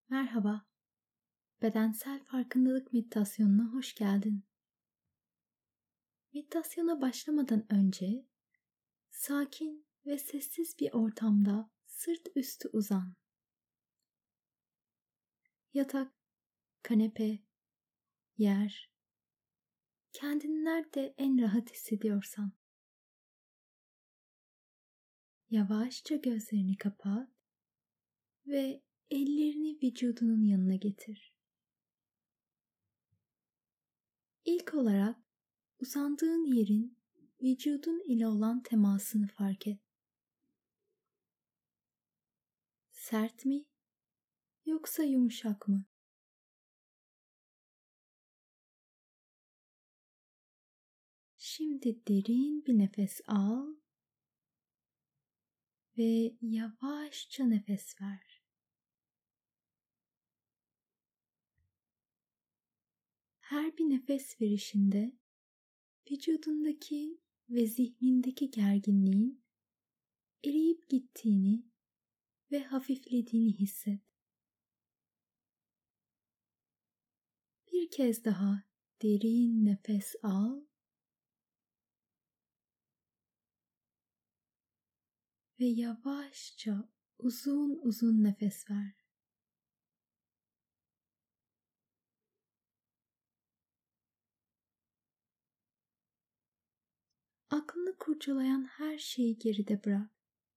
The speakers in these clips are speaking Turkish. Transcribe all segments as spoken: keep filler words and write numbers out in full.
Merhaba, bedensel farkındalık meditasyonuna hoş geldin. Meditasyona başlamadan önce sakin ve sessiz bir ortamda sırt üstü uzan. Yatak, kanepe, yer, kendini nerede en rahat hissediyorsan. Yavaşça gözlerini kapat ve ellerini vücudunun yanına getir. İlk olarak uzandığın yerin vücudun ile olan temasını fark et. Sert mi yoksa yumuşak mı? Şimdi derin bir nefes al ve yavaşça nefes ver. Her bir nefes verişinde vücudundaki ve zihnindeki gerginliğin eriyip gittiğini ve hafiflediğini hisset. Bir kez daha derin nefes al ve yavaşça uzun uzun nefes ver. Aklını kurcalayan her şeyi geride bırak.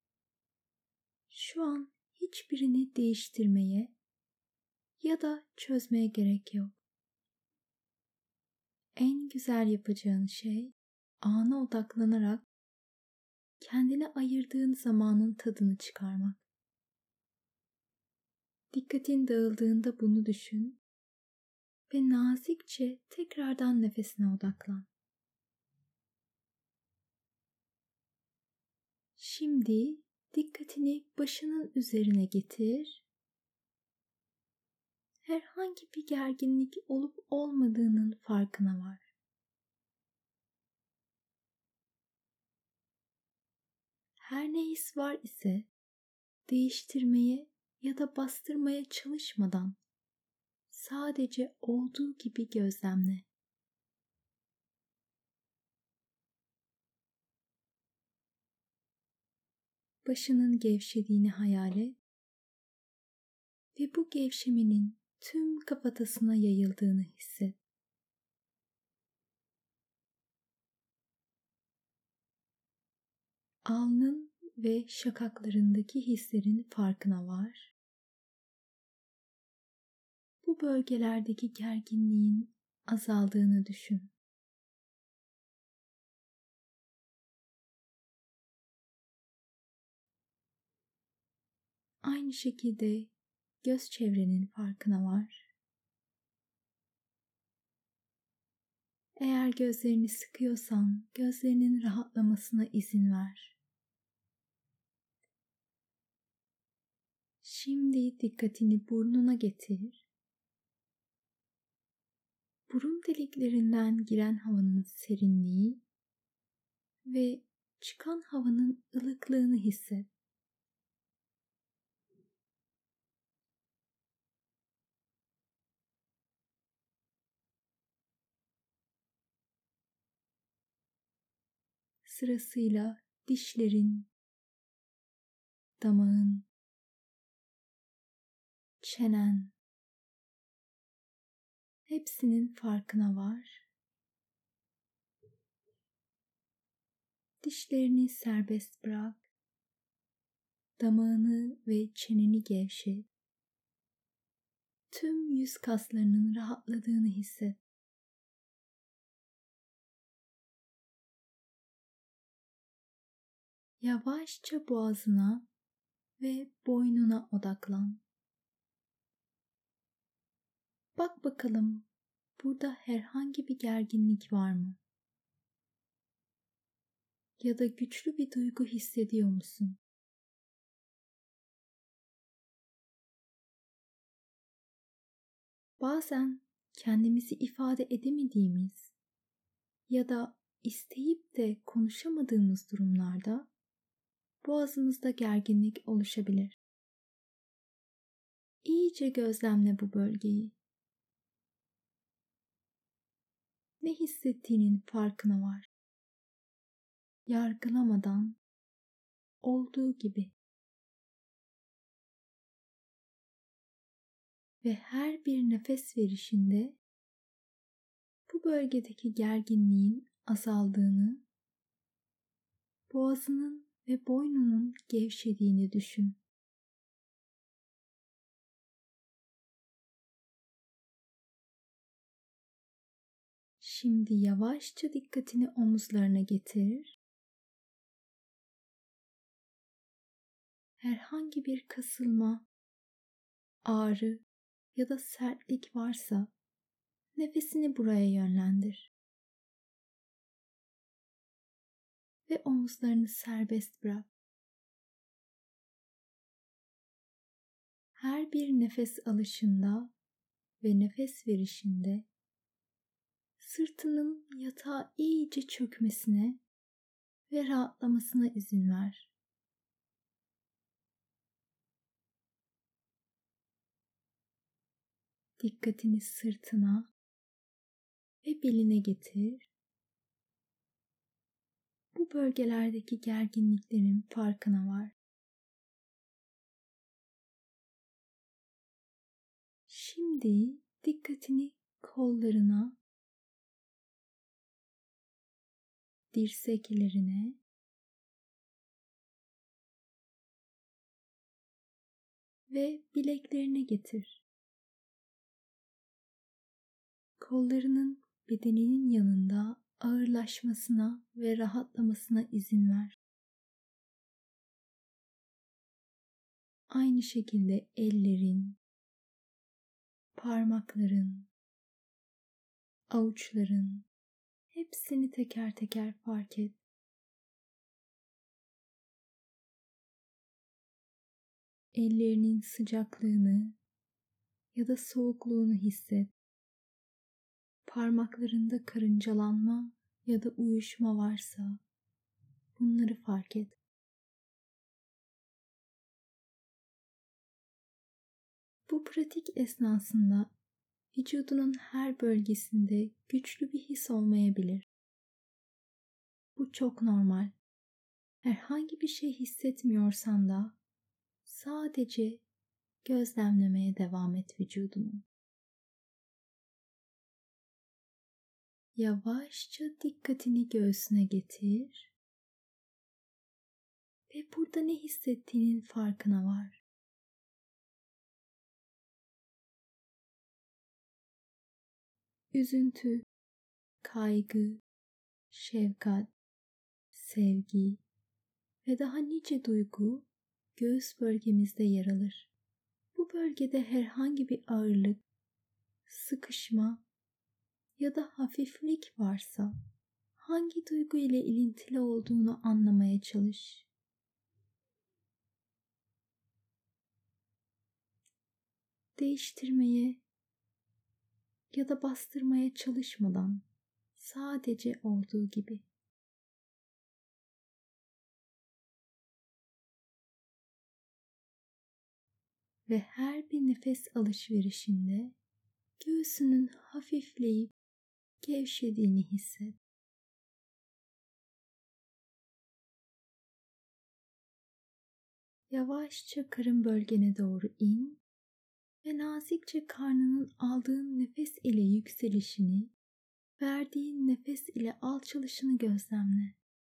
Şu an hiçbirini değiştirmeye ya da çözmeye gerek yok. En güzel yapacağın şey ana odaklanarak kendine ayırdığın zamanın tadını çıkarmak. Dikkatin dağıldığında bunu düşün ve nazikçe tekrardan nefesine odaklan. Şimdi dikkatini başının üzerine getir. Herhangi bir gerginlik olup olmadığının farkına var. Her ne his var ise değiştirmeye ya da bastırmaya çalışmadan sadece olduğu gibi gözlemle. Başının gevşediğini hayal et ve bu gevşemenin tüm kafatasına yayıldığını hisset. Alnın ve şakaklarındaki hislerin farkına var. Bu bölgelerdeki gerginliğin azaldığını düşün. Aynı şekilde göz çevrenin farkına var. Eğer gözlerini sıkıyorsan gözlerinin rahatlamasına izin ver. Şimdi dikkatini burnuna getir. Burun deliklerinden giren havanın serinliği ve çıkan havanın ılıklığını hisset. Sırasıyla dişlerin, damağın, çenen, hepsinin farkına var. Dişlerini serbest bırak. Damağını ve çeneni gevşet. Tüm yüz kaslarının rahatladığını hisset. Yavaşça boğazına ve boynuna odaklan. Bak bakalım burada herhangi bir gerginlik var mı? Ya da güçlü bir duygu hissediyor musun? Bazen kendimizi ifade edemediğimiz ya da isteyip de konuşamadığımız durumlarda boğazımızda gerginlik oluşabilir. İyice gözlemle bu bölgeyi. Ne hissettiğinin farkına var. Yargılamadan, olduğu gibi. Ve her bir nefes verişinde bu bölgedeki gerginliğin azaldığını, boğazının ve boynunun gevşediğini düşün. Şimdi yavaşça dikkatini omuzlarına getir. Herhangi bir kasılma, ağrı ya da sertlik varsa nefesini buraya yönlendir. Ve omuzlarını serbest bırak. Her bir nefes alışında ve nefes verişinde sırtının yatağa iyice çökmesine ve rahatlamasına izin ver. Dikkatini sırtına ve beline getir. Bu bölgelerdeki gerginliklerin farkına var. Şimdi dikkatini kollarına, dirseklerine ve bileklerine getir. Kollarının bedeninin yanında ağırlaşmasına ve rahatlamasına izin ver. Aynı şekilde ellerin, parmakların, avuçların, hepsini teker teker fark et. Ellerinin sıcaklığını ya da soğukluğunu hisset. Parmaklarında karıncalanma ya da uyuşma varsa bunları fark et. Bu pratik esnasında vücudunun her bölgesinde güçlü bir his olmayabilir. Bu çok normal. Herhangi bir şey hissetmiyorsan da sadece gözlemlemeye devam et vücudunu. Yavaşça dikkatini göğsüne getir ve burada ne hissettiğinin farkına var. Üzüntü, kaygı, şefkat, sevgi ve daha nice duygu göğüs bölgemizde yer alır. Bu bölgede herhangi bir ağırlık, sıkışma ya da hafiflik varsa hangi duygu ile ilintili olduğunu anlamaya çalış. Değiştirmeye ya da bastırmaya çalışmadan sadece olduğu gibi. Ve her bir nefes alışverişinde göğsünün hafifleyip gevşediğini hisset. Yavaşça karın bölgene doğru in ve nazikçe karnının aldığın nefes ile yükselişini, verdiğin nefes ile alçalışını gözlemle.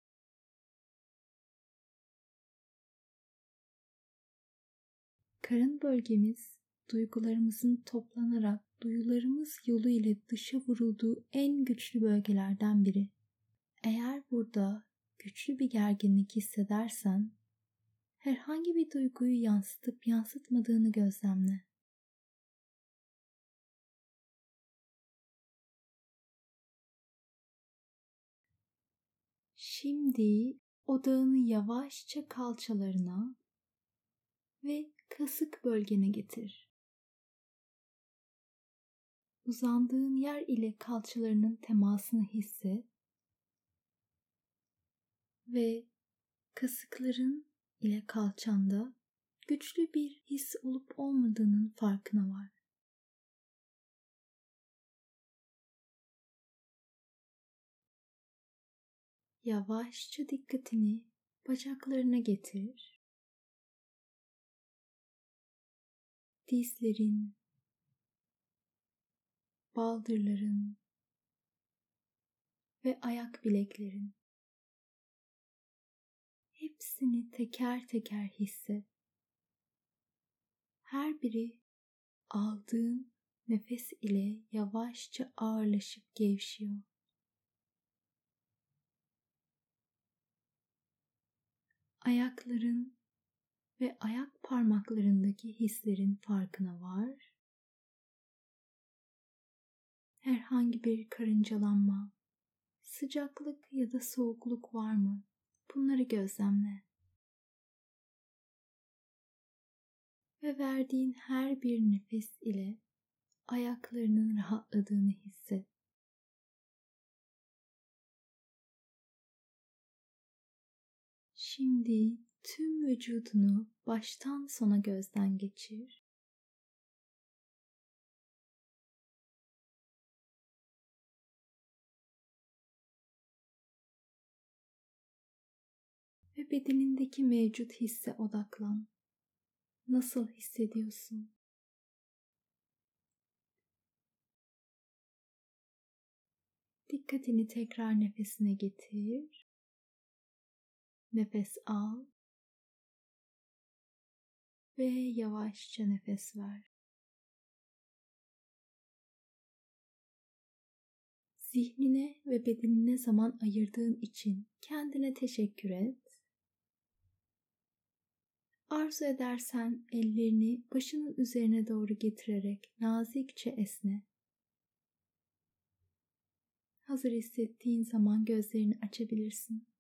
Karın bölgemiz, duygularımızın toplanarak duyularımız yolu ile dışa vurulduğu en güçlü bölgelerden biri. Eğer burada güçlü bir gerginlik hissedersen, herhangi bir duyguyu yansıtıp yansıtmadığını gözlemle. Şimdi odağını yavaşça kalçalarına ve kasık bölgene getir. Uzandığın yer ile kalçalarının temasını hisset ve kasıkların ile kalçanda güçlü bir his olup olmadığının farkına var. Yavaşça dikkatini bacaklarına getir. Dizlerin, baldırların ve ayak bileklerin. Hepsini teker teker hisset. Her biri aldığın nefes ile yavaşça ağırlaşıp gevşiyor. Ayakların ve ayak parmaklarındaki hislerin farkına var. Herhangi bir karıncalanma, sıcaklık ya da soğukluk var mı? Bunları gözlemle. Ve verdiğin her bir nefes ile ayaklarının rahatladığını hisset. Şimdi tüm vücudunu baştan sona gözden geçir. Ve bedenindeki mevcut hisse odaklan. Nasıl hissediyorsun? Dikkatini tekrar nefesine getir. Nefes al. Ve yavaşça nefes ver. Zihnine ve bedenine zaman ayırdığın için kendine teşekkür et. Arzu edersen ellerini başının üzerine doğru getirerek nazikçe esne. Hazır hissettiğin zaman gözlerini açabilirsin.